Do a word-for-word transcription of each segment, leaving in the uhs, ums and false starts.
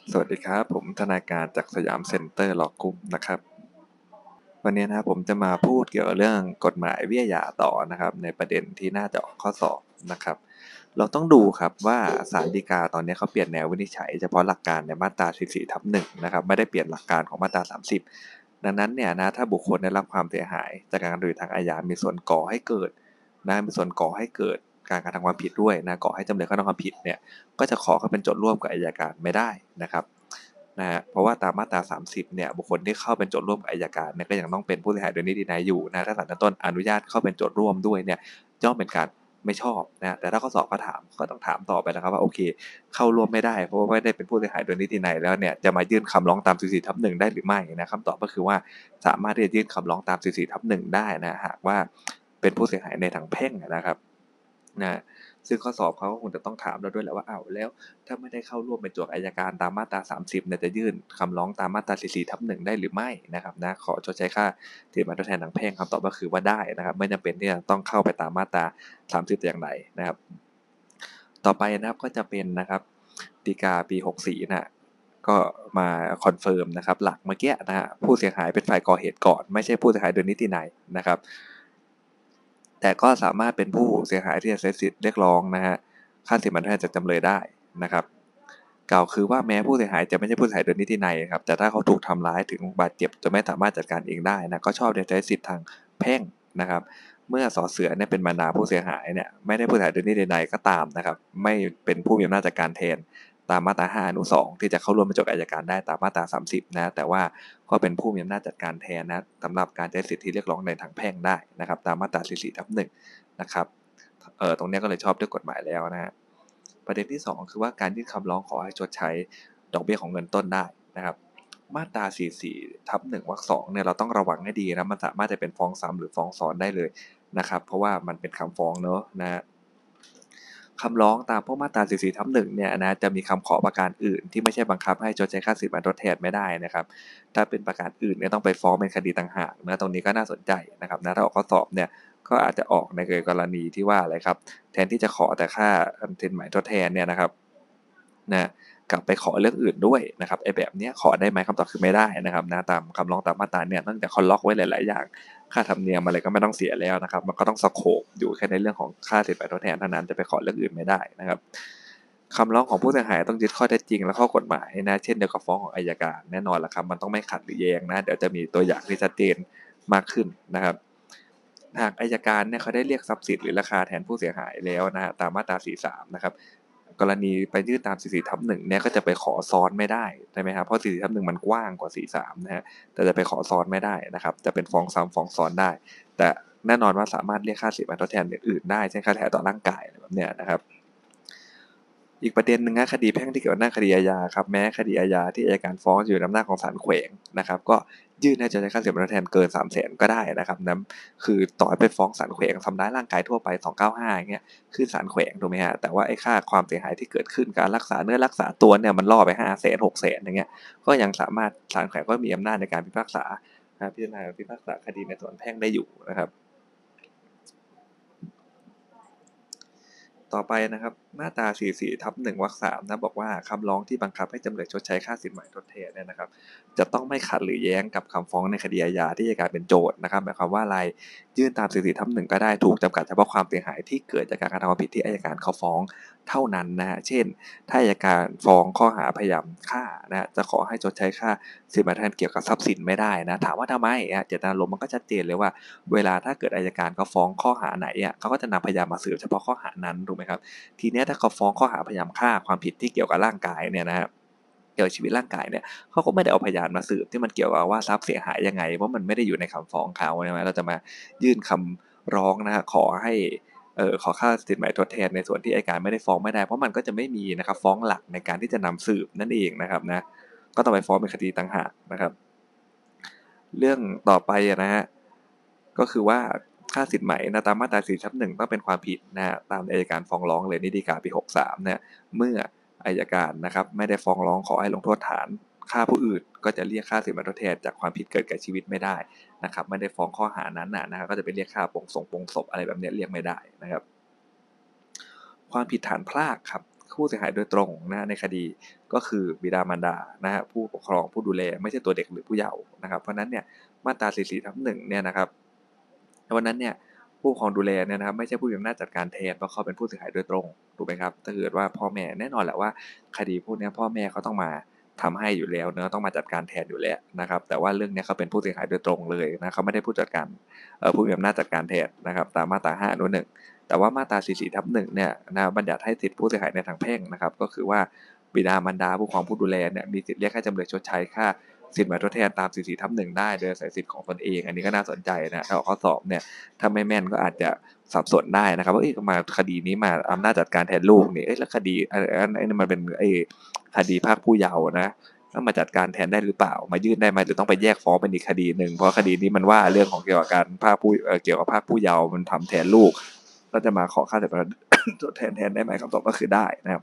สวัสดีครับผมธนาการจากสยามเซ็นเตอร์ลอกรุ๊ปนะครับวันนี้นะครับผมจะมาพูดเกี่ยวกับเรื่องกฎหมายวิทยาต่อนะครับในประเด็นที่น่าจะออกข้อสอบนะครับเราต้องดูครับว่าศาลฎีกาตอนนี้เขาเปลี่ยนแนววินิจฉัยเฉพาะหลักการในมาตราสี่สิบสี่ทับหนึ่งนะครับไม่ได้เปลี่ยนหลักการของมาตราสามสิบดังนั้นเนี่ยนะถ้าบุคคลได้รับความเสียหายจากการกระทำผิดทางอาญามีส่วนก่อให้เกิดนะมีส่วนก่อให้เกิดการกระทำความผิดด้วยนะก่อให้จำเลยเขาทำความผิดเนี่ยก็จะขอเข้าเป็นโจทย์ร่วมกับอัยการไม่ได้นะครับ นะฮะเพราะว่าตามมาตราสามสิบเนี่ยบุคคลที่เข้าเป็นโจทย์ร่วมกับอัยการเนี่ยก็ยังต้องเป็นผู้เสียหายโดยนิตินัยอยู่นะถ้าศาลชั้นต้นอนุญาตเข้าเป็นโจทย์ร่วมด้วยเนี่ยย่อมเป็นการไม่ชอบนะแต่ถ้าข้อสอบเขาถามก็ต้องถามต่อไปนะครับว่าโอเคเข้าร่วมไม่ได้เพราะว่าไม่ได้เป็นผู้เสียหายโดยนิตินัยแล้วเนี่ยจะมายื่นคำร้องตามสี่สิบสี่ทับหนึ่งได้หรือไม่นะคำตอบก็คือว่าสามารถที่จะยื่นคำร้องตามสี่สิบสี่ทับหนึ่งได้นะหากว่าเป็นผู้เสียหายในทางแพ่งนะครับนะซึ่งข้อสอบเขาก็คงจะต้องถามเราด้วยแหละว่าอ้าวแล้ว ถ้าไม่ได้เข้าร่วมเป็นโจทก์อัยการตามมาตราสามสิบเนี่ยจะยื่นคำร้องตามมาตราสี่สิบสี่ทับหนึ่งได้หรือไม่นะครับนะขอชดใช้ค่าสินไหมทดแทนทางแพ่งคำตอบก็คือว่าได้นะครับไม่จำเป็นที่จะต้องเข้าไปตามมาตราสามสิบแต่อย่างใดนะครับต่อไปนะครับก็จะเป็นนะครับฎีกาปีหกสิบสี่นะก็มาคอนเฟิร์มนะครับหลักเมื่อกี้นะฮะผู้เสียหายเป็นฝ่ายก่อเหตุก่อนไม่ใช่ผู้เสียหายโดยนิตินัยนะครับแต่ก็สามารถเป็นผู้เสียหายที่จะใช้สิทธิ์เรียกร้องนะฮะค่าสินไหมทดแทนจากจำเลยได้นะครับ กล่าวคือว่าแม้ผู้เสียหายจะไม่ใช่ผู้เสียหายโดยนิตินัยครับแต่ถ้าเขาถูกทำร้ายถึงบาดเจ็บจะไม่สามารถจัดการเองได้นะก็ชอบใช้สิทธิทางแพ่งนะครับเมื่อสอเสือเนี่ยเป็นบรรดาผู้เสียหายเนี่ยไม่ได้ผู้เสียหายโดยนิตินัยก็ตามนะครับไม่เป็นผู้มีอำนาจจัดการแทนตามมาตราห้าอนุสองที่จะเข้าร่วมเป็นโจทก์อัยการได้ตามมาตราสามสิบนะแต่ว่าก็เป็นผู้มีอำนาจจัดการแทนนะสำหรับการใช้สิทธิเรียกร้องในทางแพ่งได้นะครับตามมาตราสี่สิบสี่ทับหนึ่งนะครับเออตรงนี้ก็เลยชอบด้วยกฎหมายแล้วนะฮะ ประเด็นที่สองคือว่าการยื่นคำร้องขอให้ชดใช้ดอกเบี้ยของเงินต้นได้นะครับมาตราสี่สิบสี่ทับหนึ่งวรรคสองเนี่ยเราต้องระวังให้ดีนะมันสามารถจะเป็นฟ้องซ้ำหรือฟ้องซ้อนได้เลยนะครับเพราะว่ามันเป็นคำฟ้องเนอะนะคำร้องตามพวกมาตราสี่สิบสี่ทับหนึ่งเนี่ยนะจะมีคำขอประการอื่นที่ไม่ใช่บังคับให้ชดใช้ค่าสินไหมทดแทนไม่ได้นะครับถ้าเป็นประการอื่นเนี่ยต้องไปฟ้องเป็นคดีต่างหากนะตรงนี้ก็น่าสนใจนะครับนะถ้าออกข้อสอบเนี่ยก็อาจจะออกในกรณีที่ว่าอะไรครับแทนที่จะขอแต่ค่าสินไหมทดแทนเนี่ยนะครับนะกลับไปขอเรื่องอื่นด้วยนะครับไอ้แบบนี้ขอได้ไหมคำตอบคือไม่ได้นะครับนะตามคำร้องตามมาตราเนี่ยตั้งแต่เขาล็อกไว้หลายๆอย่างค่าธรรมเนียมอะไรก็ไม่ต้องเสียแล้วนะครับมันก็ต้องสโคปอยู่แค่ในเรื่องของค่าสินไหมทดแทนเท่านั้นจะไปขอเรื่องอื่นไม่ได้นะครับคำร้องของผู้เสียหายต้องยึดข้อเท็จจริงและข้อกฎหมายนะเช่นเดียวกับฟ้องของอัยการแน่นอนละครับมันต้องไม่ขัดหรือแย้งนะเดี๋ยวจะมีตัวอย่างที่ชัดเจนมากขึ้นนะครับหากอัยการเนี่ยเขาได้เรียกทรัพย์สินหรือราคาแทนผู้เสียหายแล้วนะฮะตามมาตราสี่สิบสามนะครับกรณีไปยื่นตามสี่สิบสี่ทับหนึ่งเนี่ยก็จะไปขอซ้อนไม่ได้ใช่ไหมครับเพราะสี่สิบสี่ทับหนึ่งมันกว้างกว่าสี่สิบสามนะฮะแต่จะไปขอซ้อนไม่ได้นะครับจะเป็นฟ้องซ้ำฟ้องซ้อนได้แต่แน่นอนว่าสามารถเรียกค่าสินไหมทดแทนอื่นๆได้เช่นค่าแผลต่อร่างกายอะไรแบบเนี้ยนะครับ อีกประเด็นหนึ่งนะคดีแพ่งที่เกี่ยวกับหน้าคดีอาญาครับแม้คดีอาญาที่อัยการฟ้องอยู่ในอำนาจของศาลแขวงนะครับก็ยื่นให้ชดใช้ค่าเสียหายทดแทนเกินสามแสนก็ได้นะครับนั้นคือต่อให้ไปฟ้องศาลแขวงทำร้ายร่างกายทั่วไปสองเก้าห้าอย่างเงี้ยขึ้นศาลแขวงถูกไหมฮะแต่ว่าไอ้ค่าความเสียหายที่เกิดขึ้นการรักษาเนื้อรักษาตัวเนี่ยมันล่อไปห้าแสนหกแสนอย่างเงี้ยก็ยังสามารถศาลแขวงก็มีอำนาจในการพิพากษาพิจารณาพิพากษาคดีในส่วนแพ่งได้อยู่นะครับต่อไปนะครับมาตราสี่สิบสี่ทับหนึ่งวรรคสามนะบอกว่าคำร้องที่บังคับให้จำเลยชดใช้ค่าสินไหมทดแทนเนี่ยนะครับจะต้องไม่ขัดหรือแย้งกับคำฟ้องในคดีอาญาที่อัยการเป็นโจทก์นะครับหมายความว่าอะไรยื่นตามสี่สิบสี่ทับหนึ่งก็ได้ถูกจำกัดเฉพาะความเสียหายที่เกิดจากการกระทำความผิดที่อัยการเขาฟ้องเท่านั้นนะฮะเช่นถ้าอัยการฟ้องข้อหาพยายามฆ่านะจะขอให้ชดใช้ค่าสินไหมทดแทนเกี่ยวกับทรัพย์สินไม่ได้นะถามว่าทำไมอ่ะเจตนารมณ์มันก็ชัดเจนเลยว่าเวลาถ้าเกิดอัยการเขาฟ้องข้อหาไหนอ่ะเขาก็จะนำพยานมาสืบเฉพาะข้อหานั้นถูกไหมครับ ทีเนี้ยถ้าเขาฟ้องข้อหาพยายามฆ่าความผิดที่เกี่ยวกับร่างกายเนี่ยนะครับเกี่ยวกับชีวิตร่างกายเนี่ยเขาก็ไม่ได้เอาพยานมาสืบที่มันเกี่ยวกับว่าทรัพย์เสียหายยังไงเพราะมันไม่ได้อยู่ในคำฟ้องเขาใช่ไหมเราจะมายื่นคำร้องนะฮะขอให้เออขอค่าสินไหมทดแทนในส่วนที่อัยการไม่ได้ฟ้องไม่ได้เพราะมันก็จะไม่มีนะครับฟ้องหลักในการที่จะนำสืบนั่นเองนะครับนะก็ต้องไปฟ้องเป็นคดีต่างหากนะครับเรื่องต่อไปนะฮะก็คือว่า ค่าสินไหมนะตามมาตราสี่ทับหนึ่งต้องเป็นความผิดนะฮะตามอัยการฟ้องร้องเลยนี่ฎีกาปีหกสิบสามเนี่ยเมื่ออัยการนะครับไม่ได้ฟ้องร้องขอให้ลงโทษฐานฆ่าผู้อื่นก็จะเรียกค่าสินไหมทดแทนจากความผิดเกิดแก่ชีวิตไม่ได้นะครับไม่ได้ฟ้องข้อหานั้นนะนะครับก็จะไปเรียกค่าปลงส่งปลงศพอะไรแบบนี้เรียกไม่ได้นะครับความผิดฐานพรากครับผู้เสียหายโดยตรงนะในคดีก็คือบิดามารดานะฮะผู้ปกครองผู้ดูแลไม่ใช่ตัวเด็กหรือผู้เยาว์นะครับเพราะนั้นเนี่ยมาตราสี่สิบสี่ทับหนึ่งเนี่ยนะครับเพราะนั้นเนี่ยผู้ปกครองดูแลเนี่ยนะครับไม่ใช่ผู้มีอำนาจจัดการแทนเพราะเขาเป็นผู้เสียหายโดยตรงถูกไหมครับถ้าเกิดว่าพ่อแม่แน่นอนแหละว่าคดีพวกนี้พ่อแม่เขาต้องมาทำให้อยู่แล้วเนอะต้องมาจัดการแทนอยู่แล้วนะครับแต่ว่าเรื่องนี้เขาเป็นผู้เสียหายโดยตรงเลยนะเขาไม่ได้ผู้จัดการเอ่อผู้มีอำนาจจัดการแทนนะครับตามมาตราห้าอนุหนึ่งแต่ว่ามาตราสี่สิบสี่ทับหนึ่งเนี่ยนะบัญญัติให้สิทธิผู้เสียหายในทางแพ่งนะครับก็คือว่าบิดามารดาผู้ปกครองผู้ดูแลเนี่ยมีสิทธิ์เรียกให้จำเลยชดใช้ค่าสินไหมทดแทนตามสี่สิบสี่ทับหนึ่งได้โดยอาศัยสิทธิ์ของตนเองอันนี้ก็น่าสนใจนะถ้าออกข้อสอบเนี่ยถ้าไม่แม่นก็อาจจะสับสนได้นะครับว่าเอ๊ะมาคดีนี้มาอำนาจจัดการแทนลูกนี่เอ๊ะแล้วคดีอันอันนี้มันเป็นไอ้คดีภาคผู้เยาว์นะต้องมาจัดการแทนได้หรือเปล่ามายื่นได้ไหมหรือต้องไปแยกฟ้องเป็นอีกคดีหนึ่งเพราะคดีนี้มันว่าเรื่องของเกี่ยวกับการภาคผู้เกี่ยวกับภาคผู้เยาว์มันทำแทนลูกก็จะมาขอค่าสินไหมทดแทนแทนได้ไหมคำตอบก็คือได้นะครับ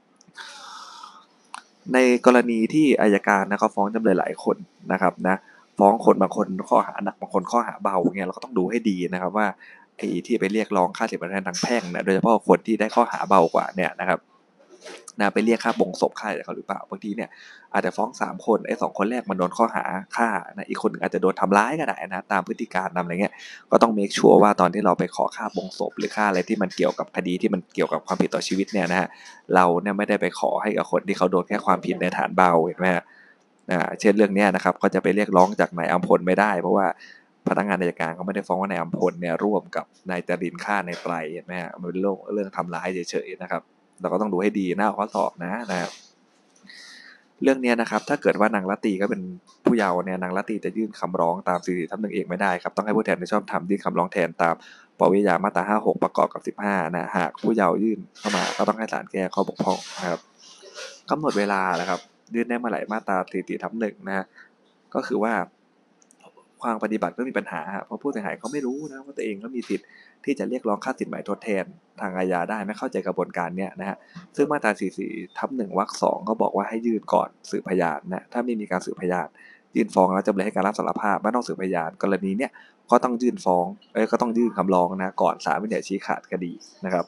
ในกรณีที่อัยการนะเขาฟ้องจำเลยหลายคนนะครับนะฟ้องคนบางคนข้อหาหนักบางคนข้อหาเบาเงี้ยเราก็ต้องดูให้ดีนะครับว่าไอ้ที่ไปเรียกร้องค่าสินไหมทดแทนทางแพ่งเนี่ยโดยเฉพาะคนที่ได้ข้อหาเบากว่าเนี่ยนะครับนะไปเรียกค่าบงศพค่าอะไรเขาหรือเปล่าบางทีเนี่ยอาจจะฟ้องสามคนไอ้สองคนแรกมันโดนข้อหาฆ่านะอีกคนนึงอาจจะโดนทำร้ายก็ได้นะตามพฤติการตามอะไรเงี้ยก็ต้องเมคชัวร์ว่าตอนที่เราไปขอค่าบงศพหรือค่าอะไรที่มันเกี่ยวกับคดีที่มันเกี่ยวกับความผิดต่อชีวิตเนี่ยนะฮะเราเนี่ยไม่ได้ไปขอให้กับคนที่เขาโดนแค่ความผิดในฐานเบาเห็นไหมฮะอ่าเช่นเรื่องนี้นะครับก็จะไปเรียกร้องจากนายอัมพลไม่ได้เพราะว่าพนักงานอัยการเขาไม่ได้ฟ้องว่านายอัมพลเนี่ยร่วมกับนายจรินฆ่านายไตรเห็นไหมฮะมันเป็นเรื่องเรื่องทำร้ายเฉยๆนะครับเราก็ต้องดูให้ดีหน้าข้อสอบนะนะครับเรื่องนี้นะครับถ้าเกิดว่านางรัตตีก็เป็นผู้เยาว์เนี่ยนางรัตตีจะยื่นคำร้องตามสี่สิบทับหนึ่งเองไม่ได้ครับต้องให้ผู้แทนในชอบธรรมยื่นคำร้องแทนตามปวิยามาตราห้าหกประกอบกับสิบห้านะหากผู้เยาว์ยื่นเข้ามาก็ต้องให้ศาลแก้ข้อบกพร่องนะครับกำหนดเวลาแหละครับยื่นได้เมื่อไหร่มาตราสี่สิบทับหนึ่งนะก็คือว่าความปฏิบัติก็มีปัญหาเพราะผู้เสียหายเขาไม่รู้นะว่าตัวเองก็มีสิทธิ์ที่จะเรียกร้องค่าสินไหมทดแทนทางอาญาได้ไม่เข้าใจกระบวนการเนี้ยนะฮะซึ่งมาตราสี่สิบสี่ทับหนึ่งวรรคสองก็บอกว่าให้ยื่นก่อนสืบพยานนะถ้าไม่มีการสืบพยานยื่นฟ้องแล้วจำเลยให้การรับสารภาพไม่ต้องสืบพยานกรณีเนี้ยก็ต้องยื่นฟ้องเอ้ยก็ต้องยื่นคำร้องนะก่อนศาลวินิจฉัยชี้ขาดคดีนะครับ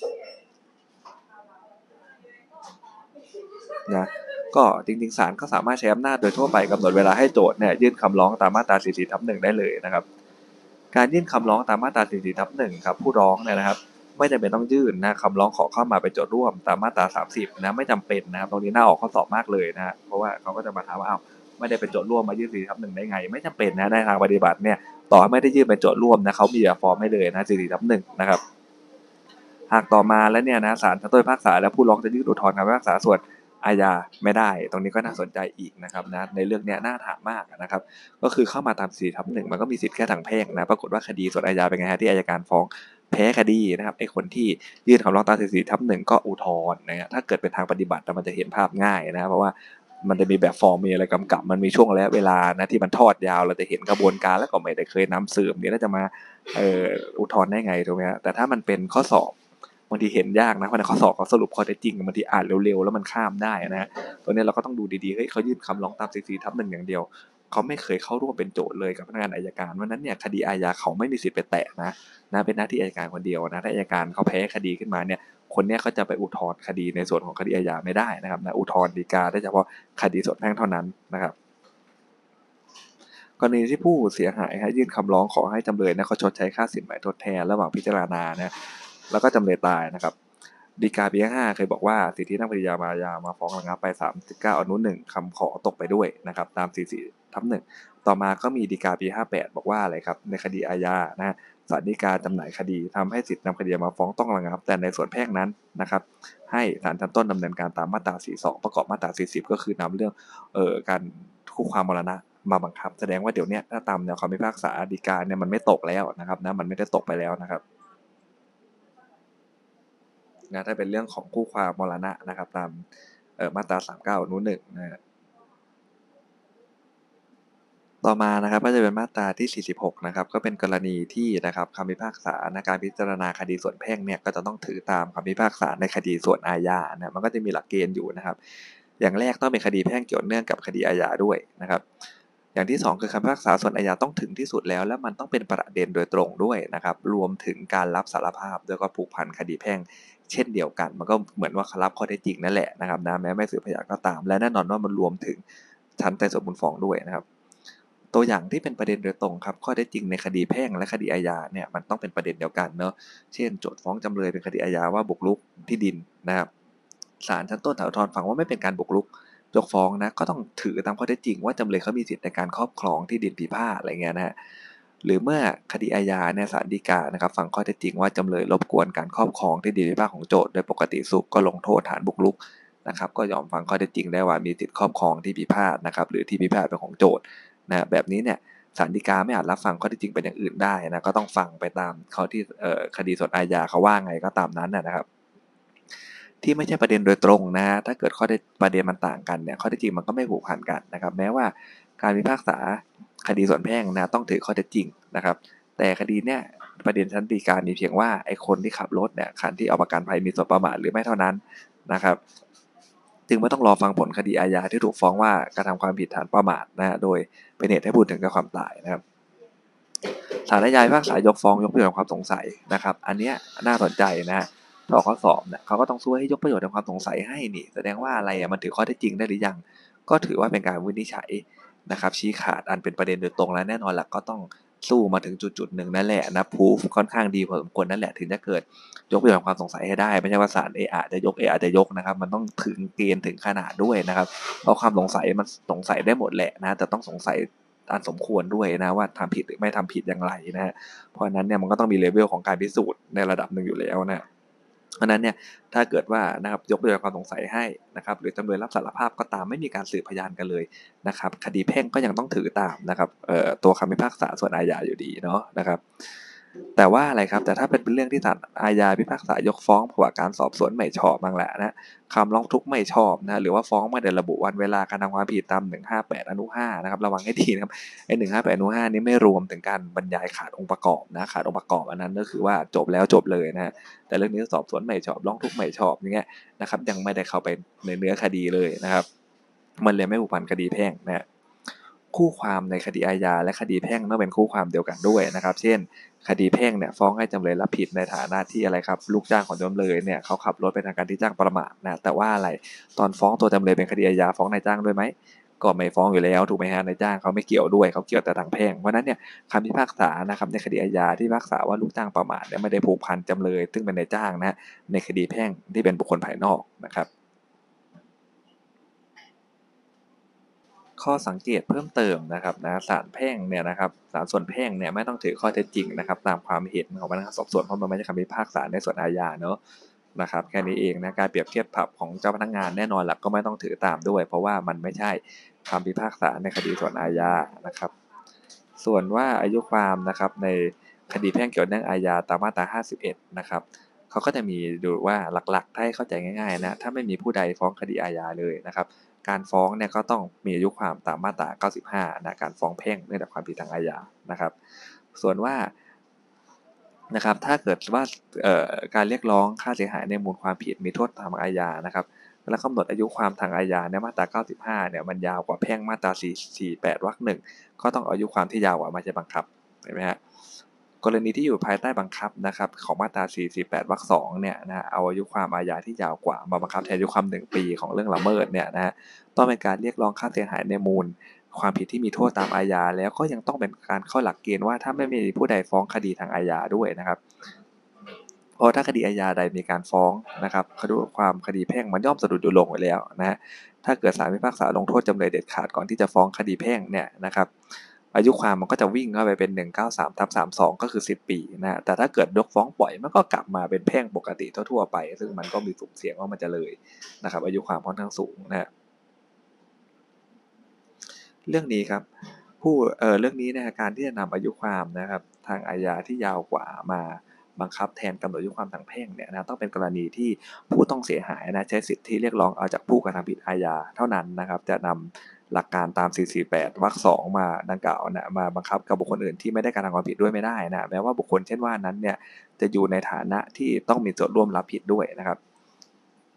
นะก็จริงๆศาลก็สามารถใช้อำนาจโดยทั่วไปกำหนดเวลาให้โจทก์เนี่ยยื่นคำร้องตามมาตราสี่สิบสี่ทับหนึ่งได้เลยนะครับการยื่นคำร้องตามมาตราสี่สิบสี่ทับหนึ่งครับผู้ร้องเนี่ยนะครับไม่จำเป็นต้องยื่นนะคำร้องขอเข้ามาเป็นโจทก์ร่วมตามมาตราสามสิบนะไม่จำเป็นนะครับตรงนี้น่าออกข้อสอบมากเลยนะฮะเพราะว่าเขาก็จะมาถามว่าอ้าวไม่ได้เป็นโจทก์ร่วมมายื่นสี่สิบสี่ทับหนึ่งได้ไงไม่จำเป็นนะในทางปฏิบัติเนี่ยต่อให้ไม่ได้ยื่นเป็นโจทก์ร่วมนะเขามีแบบฟอร์มให้เลยนะสี่สิบสี่ทับหนึ่งนะครับหากต่อมาแล้วเนี่ยนะศาลชั้นต้นพิพากษาแล้วผู้ร้องจะยื่นอุทธรณ์คำพิพากษาส่วนอาญาไม่ได้ตรงนี้ก็น่าสนใจอีกนะครับนะในเรื่องนี้น่าถามมากนะครับก็คือเข้ามาตามสี่ทับหนึ่งมันก็มีสิทธิ์แค่ทางแพ่งนะปรากฏว่าคดีส่วนอาญาเป็นไงฮะที่อัยการฟ้องแพ้คดีนะครับไอ้คนที่ยื่นคำร้องตามสี่สิบสี่ทับหนึ่งก็อุทธรณ์นะฮะถ้าเกิดเป็นทางปฏิบัติมันจะเห็นภาพง่ายนะเพราะว่ามันจะมีแบบฟอร์มมีอะไรกำกับมันมีช่วงระยะเวลานะที่มันทอดยาวเราจะเห็นกระบวนการแล้วก็ไม่ได้เคยนำสืบนี่แล้วจะมาเอ่ออุทธรณ์ได้ไงถูกไหมฮะแต่ถ้ามันเป็นข้อสอบบางทีเห็นยากนะเพราะในข้อสอบเขาสรุปข้อเท็จจริงบางทีอ่านเร็วๆแล้วมันข้ามได้นะฮะตัวนี้เราก็ต้องดูดีๆเฮ้ยเขายื่นคำร้องตามสี่สิบสี่ทับหนึ่งอย่างเดียวเขาไม่เคยเข้าร่วมเป็นโจทย์เลยกับพนักงานอัยการเพราะนั้นเนี่ยคดีอาญาเขาไม่มีสิทธิ์ไปแตะนะนะเป็นหน้าที่อัยการคนเดียวนะถ้าอัยการเขาแพ้คดีขึ้นมาเนี่ยคนเนี้ยเขาจะไปอุทธรณ์คดีในส่วนของคดีอาญาไม่ได้นะครับนะอุทธรณ์ฎีกาได้เฉพาะคดีส่วนแพ่งเท่านั้นนะครับกรณีที่ผู้เสียหายยื่นคำร้องขอให้จำเลยเนี่ยเขาชดใช้ค่าสินไหมทดแทนระหว่างพิจารณานะแล้วก็จำเลยตายนะครับฎีกาปีห้าเคยบอกว่าสิทธิทางปฏิยามาญามาฟ้องระงับไปสามสิบเก้าอนุหนึ่งคำขอตกไปด้วยนะครับตามสี่สิบสี่ทับหนึ่งต่อมาก็มีฎีกาปีห้าแปดบอกว่าอะไรครับในคดีอาญานะศาลฎีกาจำหน่ายคดีทำให้สิทธินำคดีมาฟ้องต้องระงับแต่ในส่วนแพ่งนั้นนะครับให้ศาลชั้นต้นดำเนินการตามมาตราสี่สิบสองประกอบมาตราสี่สิบก็คือนำเรื่องเอ่อการคู่ความมรณะมาบังคับแสดงว่าเดี๋ยวนี้ถ้าตามแนวคำพิพากษาฎีกาเนี่ยมันไม่ตกแล้วนะครับนะมันไม่ได้ตกไปแล้วนะครับนะถ้าเป็นเรื่องของคู่ความมรณะนะครับตามเอ่อมาตราสามสิบเก้าอนุหนึ่งนะต่อมานะครับก็จะเป็นมาตราที่สี่สิบหกนะครับก็เป็นกรณีที่นะครับคำพิพากษาในการพิจารณาคดีส่วนแพ่งเนี่ยก็จะต้องถือตามคำพิพากษาในคดีส่วนอาญานะมันก็จะมีหลักเกณฑ์อยู่นะครับอย่างแรกต้องเป็นคดีแพ่งเกี่ยวเนื่องกับคดีอาญาด้วยนะครับอย่างที่สองคือคำพิพากษาส่วนอาญาต้องถึงที่สุดแล้วและมันต้องเป็นประเด็นโดยตรงด้วยนะครับรวมถึงการรับสารภาพด้วยก็ผูกพันคดีแพ่งเช่นเดียวกันมันก็เหมือนว่ารับข้อเท็จจริงนั่นแหละนะครับนะแม้ไม่สืบพยานก็ตามและแน่นอนว่ามันรวมถึงชั้นไต่สวนมูลฟ้องด้วยนะครับตัวอย่างที่เป็นประเด็นโดยตรงครับข้อเท็จจริงในคดีแพ่งและคดีอาญาเนี่ยมันต้องเป็นประเด็นเดียวกันเนาะเช่นโจทก์ฟ้องจำเลยเป็นคดีอาญาว่าบุกรุกที่ดินนะครับศาลชั้นต้นถาวรฟังว่าไม่เป็นการบุกรุกยกฟ้องนะก็ต้องถือตามข้อเท็จจริงว่าจำเลยเขามีสิทธิในการครอบครองที่ดินพิพาทอะไรเงี้ยนะฮะหรือเมื่อคดีอาญาเนี่ยศาลฎีกานะครับฟังข้อเท็จจริงว่าจำเลยรบกวนการครอบครองที่ดินพิพาทของโจทก์โดยปกติสุขก็ลงโทษฐานบุกรุกนะครับก็ยอมฟังข้อเท็จจริงได้ว่ามีสิทธิครอบครองที่พิพาทนะครับหรือที่พิพาทเป็นของโจทก์นะแบบนี้เนี่ยศาลฎีกาไม่อาจรับฟังข้อเท็จจริงเป็นอย่างอื่นได้นะก็ต้องฟังไปตามข้อที่เอ่อคดีส่วนอาญาเขาว่าไงก็ตามนั้นนะครับที่ไม่ใช่ประเด็นโดยตรงนะถ้าเกิดข้อได้ประเด็นมันต่างกันเนี่ยข้อเท็จจริงมันก็ไม่ผูกพันกันนะครับแม้ว่าการพิพากษาคดีส่วนแพ่งนะต้องถือข้อเท็จจริงนะครับแต่คดีเนี่ยประเด็นชั้นฎีกามีเพียงว่าไอ้คนที่ขับรถเนี่ยคันที่เอาประกันภัยมีส่วนประมาทหรือไม่เท่านั้นนะครับจึงไม่ต้องรอฟังผลคดีอาญาที่ถูกฟ้องว่ากระทำความผิดฐานประมาทนะโดยเป็นเหตุให้ผู้อื่นถึงแก่ความตายนะครับศาลอาญาพิพากษายกฟ้องยกประโยชน์ความสงสัยนะครับอันเนี้ยน่าสนใจนะพอเขาสอบเนี่ยเขาก็ต้องช่วยให้ยกประโยชน์ในความสงสัยให้นี่แสดงว่าอะไรอ่ะมันถือข้อเท็จจริงได้หรือยังก็ถือว่าเป็นการวินิจฉัยนะครับชี้ขาดอันเป็นประเด็นโดยตรงและแน่นอนแหละก็ต้องสู้มาถึงจุดๆหนึ่งนั่นแหละนะพูฟค่อนข้างดีพอสมควรนั่นแหละถึงจะเกิดยกประโยชน์ความสงสัยให้ได้ไม่ใช่ว่าศาลเออาจจะยกเออาจจะยกนะครับมันต้องถึงเกณฑ์ถึงขนาดด้วยนะครับเพราะความสงสัยมันสงสัยได้หมดแหละนะแต่ต้องสงสัยอันสมควรด้วยนะว่าทำผิดหรือไม่ทำผิดอย่างไรนะฮะเพราะฉะนั้นเนี่ยมันก็ต้องมีเลเวลของการพิสูจน์ในระดับหนึ่งอยู่แล้วนะเพราะนั้นเนี่ยถ้าเกิดว่านะครับยกประโยชน์ความสงสัยให้นะครับหรือจำเลยรับสารภาพก็ตามไม่มีการสืบพยานกันเลยนะครับคดีแพ่งก็ยังต้องถือตามนะครับเอ่อตัวคำพิพากษาส่วนอาญาอยู่ดีเนาะนะครับแต่ว่าอะไรครับแต่ถ้าเป็นเรื่องที่ศาลอาญาพิพากษายกฟ้องเพราะว่าการสอบสวนไม่ชอบบ้างแหละนะคำร้องทุกข์ไม่ชอบนะหรือว่าฟ้องไม่ได้ระบุวันเวลาการทำความผิดตามหนึ่งห้าแปดอนุห้านะครับระวังให้ดีนะครับไอ้หนึ่งห้าแปดอนุห้านี้ไม่รวมถึงการบรรยายขาดองค์ประกอบนะขาดองค์ประกอบอันนั้นก็คือว่าจบแล้วจบเลยนะแต่เรื่องนี้สอบสวนไม่ชอบร้องทุกข์ไม่ชอบอย่างเงี้ยนะครับยังไม่ได้เข้าไปในเนื้อคดีเลยนะครับมันเลยไม่ผูกพันคดีแพ่งนะคู่ความในคดีอาญาและคดีแพ่งต้องเป็นคู่ความเดียวกันด้วยนะครับเช่นคดีแพ่งเนี่ยฟ้องให้จำเลยรับผิดในฐานะที่อะไรครับลูกจ้างของจำเลยเนี่ยเขาขับรถไปทางการที่จ้างประมาทนะแต่ว่าอะไรตอนฟ้องตัวจำเลยเป็นคดีอาญาฟ้องนายจ้างด้วยไหมก็ไม่ฟ้องอยู่แล้วถูกไหมฮะนายจ้างเขาไม่เกี่ยวด้วยเขาเกี่ยวแต่ทางแพ่งเพราะนั้นเนี่ยคำพิพากษานะครับในคดีอาญาที่พิพากษาว่าลูกจ้างประมาทเนี่ยไม่ได้ผูกพันจำเลยซึ่งเป็นนายจ้างนะในคดีแพ่งที่เป็นบุคคลภายนอกนะครับข้อสังเกตเพิ่มเติมนะครับนะศาลแพ่งเนี่ยนะครับศาลส่วนแพ่งเนี่ยไม่ต้องถือข้อเท็จจริงนะครับตามความเห็นของพนักงานสอบสวนเพราะมันไม่ใช่คำพิพากษาในส่วนอาญาเนอะนะครับแค่นี้เองนะการเปรียบเทียบปรับของเจ้าพนักงานแน่นอนหลักก็ไม่ต้องถือตามด้วยเพราะว่ามันไม่ใช่คำพิพากษาในคดีส่วนอาญานะครับส่วนว่าอายุความนะครับในคดีแพ่งเกี่ยวเนื่องอาญาตามมาตราห้าสิบเอ็ดนะครับเขาก็จะมีดูว่าหลักๆถ้าให้เข้าใจง่ายๆนะถ้าไม่มีผู้ใดฟ้องคดีอาญาเลยนะครับการฟ้องเนี่ยก็ต้องมีอายุความตามมาตราเก้าสิบห้านะการฟ้องแพ่งเนื่องจากความผิดทางอาญานะครับส่วนว่านะครับถ้าเกิดว่าการเรียกร้องค่าเสียหายในมูลความผิดมีโทษทางอาญานะครับและกำหนดอายุความทางอาญาในมาตราเก้าสิบห้าเนี่ยมันยาวกว่าแพ่งมาตราสี่ร้อยสี่สิบแปดวรรคหนึ่งก็ต้องอายุความที่ยาวกว่าไม่ใช่บังคับเห็นไหมฮะกรณีที่อยู่ภายใต้บังคับนะครับของมาตราสี่ร้อยสี่สิบแปดวรรคสองเนี่ยนะเอาอายุความอาญาที่ยาวกว่ามาบังคับแทนอายุความหนึ่งปีของเรื่องละเมิดเนี่ยนะต้องเป็นการเรียกร้องค่าเสียหายในมูลความผิดที่มีโทษตามอาญาแล้วก็ยังต้องเป็นการเข้าหลักเกณฑ์ว่าถ้าไม่มีผู้ใดฟ้องคดีทางอาญาด้วยนะครับเพราะถ้าคดีอาญาใดมีการฟ้องนะครับคดีความคดีแพ่งมันย่อมสะดุดอยู่ลงไปแล้วนะฮะถ้าเกิดศาลพิพากษาลงโทษจำเลยเด็ดขาดก่อนที่จะฟ้องคดีแพ่งเนี่ยนะครับอายุความมันก็จะวิ่งเข้าไปเป็นหนึ่งร้อยเก้าสิบสามทับสามสิบสองก็คือสิบปีนะแต่ถ้าเกิดยกฟ้องปล่อยมันก็กลับมาเป็นแพ่งปกติทั่วๆไปซึ่งมันก็มีสุ่มเสี่ยงว่ามันจะเลยนะครับอายุความค่อนข้างสูงนะฮะเรื่องนี้ครับผู้เอ่อเรื่องนี้นะการที่จะนำอายุความนะครับทางอาญาที่ยาวกว่ามาบังคับแทนกำหนดอายุความทางแพ่งเนี่ยนะต้องเป็นกรณีที่ผู้ต้องเสียหายนะใช้สิทธิเรียกร้องเอาจากผู้กระทำผิดอาญาเท่านั้นนะครับจะนำหลักการตามสี่ร้อยสี่สิบแปดวรรคสองมาดังกล่าวนะมาบังคับกับบุคคลอื่นที่ไม่ได้กระทำความผิดด้วยไม่ได้นะแม้ว่าบุคคลเช่นว่านั้นเนี่ยจะอยู่ในฐานะที่ต้องมีส่วนร่วมรับผิดด้วยนะครับ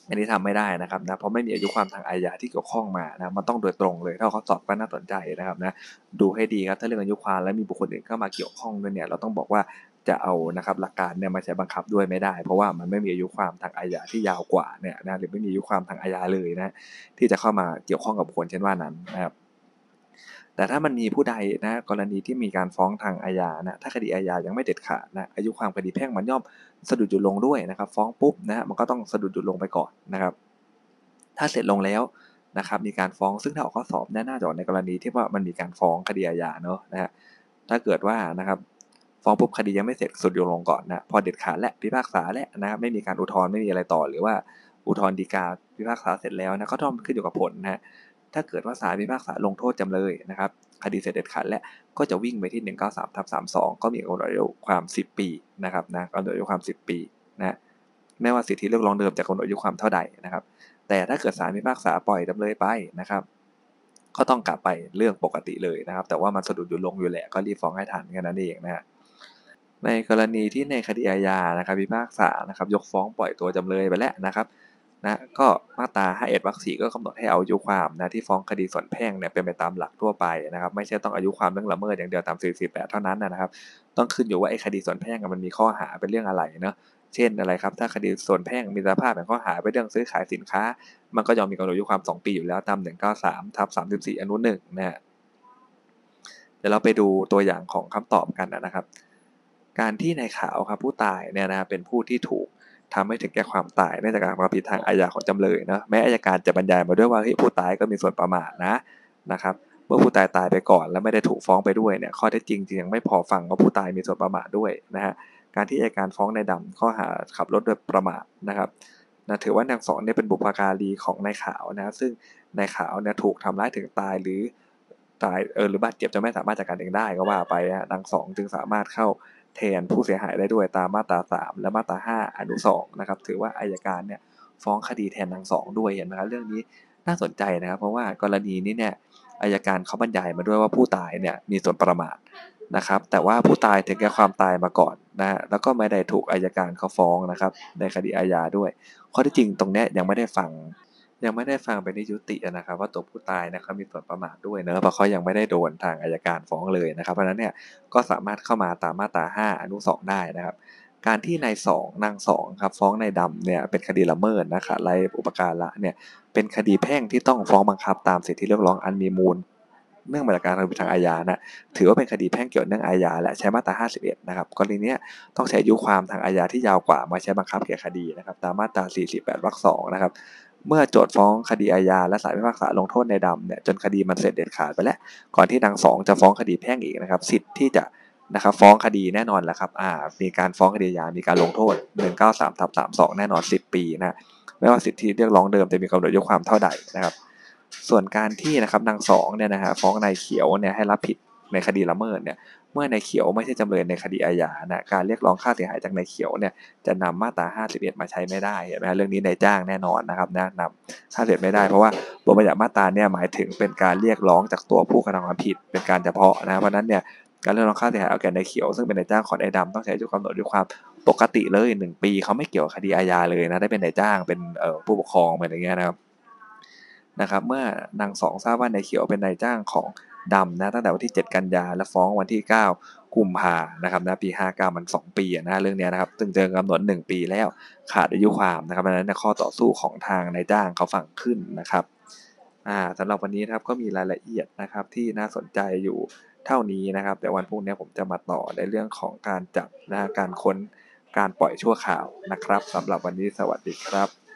อันนี้ทำไม่ได้นะครับนะเพราะไม่มีอายุความทางอาญาที่เกี่ยวข้องมานะมันต้องโดยตรงเลยถ้าข้อสอบก็น่าสนใจนะครับนะดูให้ดีครับถ้าเรื่องอายุความและมีบุคคลอื่นเข้ามาเกี่ยวข้องด้วยเนี่ยเราต้องบอกว่าจะเอานะครับหลักการเนี่ยมาใช้บังคับด้วยไม่ได้เพราะว่ามันไม่มีอายุความทางอาญาที่ยาวกว่าเนี่ยนะหรือไม่มีอายุความทางอาญาเลยนะที่จะเข้ามาเกี่ยวข้องกับบุคคลเช่นว่านั้นนะครับแต่ถ้ามันมีผู้ใดนะกรณีที่มีการฟ้องทางอาญานะถ้าคดีอาญายังไม่เด็ดขาดนะอายุความคดีแพ่งมันย่อมสะดุดหยุดลงด้วยนะครับฟ้องปุ๊บนะมันก็ต้องสะดุดหยุดลงไปก่อนนะครับถ้าเสร็จลงแล้วนะครับมีการฟ้องซึ่งถ้าออกข้อสอบน่าจะออกในกรณีที่ว่ามันมีการฟ้องคดีอาญาเนอะนะฮะถ้าเกิดว่านะครับฟ้องปุ๊บคดียังไม่เสร็จสะดุดหยุดลงก่อนนะพอเด็ดขาดและพิพากษาและนะครับไม่มีการอุทธรณ์ไม่มีอะไรต่อหรือว่าอุทธรณ์ฎีกาพิพากษาเสร็จแล้วนะก็ต้องขึ้นอยู่กับผลนะฮะถ้าเกิดว่าศาลพิพากษาลงโทษจำเลยนะครับคดีเสร็จเด็ดขาดและก็จะวิ่งไปที่หนึ่งเก้าสามทับสามสองก็มีกำหนดอายุความสิบปีนะครับนะกำหนดอายุความสิบปีนะไม่ว่าสิทธิเรียกร้องเดิมจะกำหนดอายุความเท่าใดนะครับแต่ถ้าเกิดศาลพิพากษาปล่อยจำเลยไปนะครับก็ต้องกลับไปเรื่องปกติเลยนะครับแต่ว่ามันสะดุดหยุดลงอยู่แหละก็รีบฟ้องให้ทันแค่นั้นเองนะฮะในกรณีที่ในคดีอาญานะครับพิพากษานะครับยกฟ้องปล่อยตัวจำเลยไปแล้วนะครับนะก็มาตราห้าสิบเอ็ดวรรคสี่ก็กำหนดให้เอาอายุความนะที่ฟ้องคดีส่วนแพ่งเนี่ยเป็นไปตามหลักทั่วไปนะครับไม่ใช่ต้องอายุความเรื่องละเมิดอย่างเดียวตามสี่สิบแปดเท่านั้นนะครับต้องขึ้นอยู่ว่าไอ้คดีส่วนแพ่งมันมีข้อหาเป็นเรื่องอะไรเนาะเช่นอะไรครับถ้าคดีส่วนแพ่งมีสภาพเป็นข้อหาเป็นเรื่องซื้อขายสินค้ามันก็ยอมมีกำหนดอายุความสองปีอยู่แล้วตามหนึ่งเก้าสามทับสามสิบสี่อนุหนึ่งนะฮะเดี๋ยวเราไปดูตัวอย่างของคำตอบกันนะครับการที่นายขาวครับผู้ตายเนี่ยนะเป็นผู้ที่ถูกทำให้ถึงแก่ความตายเนื่องจากการกระทำผิดทางอาญาของจำเลยนะแม้อัยการจะบรรยายมาด้วยว่าเฮ้ยผู้ตายก็มีส่วนประมาทนะนะครับเมื่อผู้ตายตายไปก่อนแล้วไม่ได้ถูกฟ้องไปด้วยเนี่ยข้อเท็จจริงจริงยังไม่พอฟังว่าผู้ตายมีส่วนประมาทด้วยนะฮะการที่อัยการฟ้องนายดำข้อหาขับรถโดยประมาทนะครับนะถือว่านางสองเนี่ยเป็นบุพการีของนายขาวนะซึ่งนายขาวเนี่ยถูกทำร้ายถึงตายหรือตายเออหรือบาดเจ็บจนไม่สามารถจัดการเองได้ก็ว่าไปฮะนางสองจึงสามารถเข้าแทนผู้เสียหายได้ด้วยตามมาตราสามและมาตราห้าอนุสองนะครับถือว่าอัยการเนี่ยฟ้องคดีแทนนางสองด้วยเห็นไหมครับเรื่องนี้น่าสนใจนะครับเพราะว่ากรณีนี้เนี่ยอัยการเขาบรรยายมาด้วยว่าผู้ตายเนี่ยมีส่วนประมาทนะครับแต่ว่าผู้ตายถึงแก่ความตายมาก่อนนะฮะแล้วก็ไม่ได้ถูกอัยการเขาฟ้องนะครับในคดีอาญาด้วยข้อที่จริงตรงเนี้ยยังไม่ได้ฟังยังไม่ได้ฟังเป็นที่ยุตินะครับว่าตัวผู้ตายนะครับมีส่วนประมาทด้วยเนอะเพราะเขายังไม่ได้โดนทางอัยการฟ้องเลยนะครับเพราะฉะนั้นเนี่ยก็สามารถเข้ามาตามมาตราห้าอนุสองได้นะครับการที่นายสองนางสองครับฟ้องนายดำเนี่ยเป็นคดีละเมิดนะขาดไร้อุปการะเนี่ยเป็นคดีแพ่งที่ต้องฟ้องบังคับตามสิทธิเรียกร้องอันมีมูลเนื่องมาจากการกระทำผิดทางอาญานะถือว่าเป็นคดีแพ่งเกี่ยวเนื่องอาญาและใช้มาตราห้าสิบเอ็ดนะครับกรณีนี้ต้องใช้อายุความทางอาญาที่ยาวกว่ามาใช้บังคับแก่คดีนะครับตามมาตราสี่สิบแปดวรรคสองนะครับเมื่อโจทก์ฟ้องคดีอาญาและศาลพิพากษาลงโทษนายดำเนี่ยจนคดีมันเสร็จเด็ดขาดไปแล้วก่อนที่นางสองจะฟ้องคดีแพ่งอีกนะครับสิทธิ์ที่จะนะครับฟ้องคดีแน่นอนแหละครับอ่ามีการฟ้องคดีอาญามีการลงโทษหนึ่งเก้าสามทับสามสองแน่นอนสิบปีนะไม่ว่าสิทธิเรียกร้องเดิมจะมีกำหนดอายุความเท่าใดนะครับส่วนการที่นะครับนางสองเนี่ยนะฮะฟ้องนายเขียวเนี่ยให้รับผิดในคดีละเมิดเนี่ยเมื่อนายเขียวไม่ใช่จำเลยในคดีอาญานะการเรียกร้องค่าเสียหายจากนายเขียวเนี่ยจะนำมาตราห้าสิบเอ็ดมาใช้ไม่ได้เห็นไหมเรื่องนี้นายจ้างแน่นอนนะครับนะนำห้าสิบเอ็ดไม่ได้เพราะว่าบทบัญญัติมาตราเนี่ยหมายถึงเป็นการเรียกร้องจากตัวผู้กระทำความผิดเป็นการเฉพาะนะเพราะนั้นเนี่ยการเรียกร้องค่าเสียหายเอาแก่นายเขียวซึ่งเป็นนายจ้างของนายดำต้องใช้อายุกำหนดด้วยความปกติเลยหนึ่งปีเขาไม่เกี่ยวกับคดีอาญาเลยนะได้เป็นนายจ้างเป็นเอ่อผู้ปกครองอะไรอย่างเงี้ยนะครับนะครับเมื่อนางสองทราบว่านายเขียวเป็นนายจ้างของดำนะตั้งแต่วันที่เจ็ดกันยาและฟ้องวันที่เก้ากุมภานะครับนะปีห้าเก้ามันสองปีนะเรื่องนี้นะครับซึ่งเจอกำหนดหนึ่งปีแล้วขาดอายุความนะครับเพราะฉะนั้นข้อต่อสู้ของทางนายจ้างเขาฟังขึ้นนะครับอ่าสำหรับวันนี้นะครับก็มีรายละเอียดนะครับที่น่าสนใจอยู่เท่านี้นะครับแต่วันพรุ่งนี้ผมจะมาต่อในเรื่องของการจับนะการค้นการปล่อยชั่วคราวนะครับสำหรับวันนี้สวัสดีครับ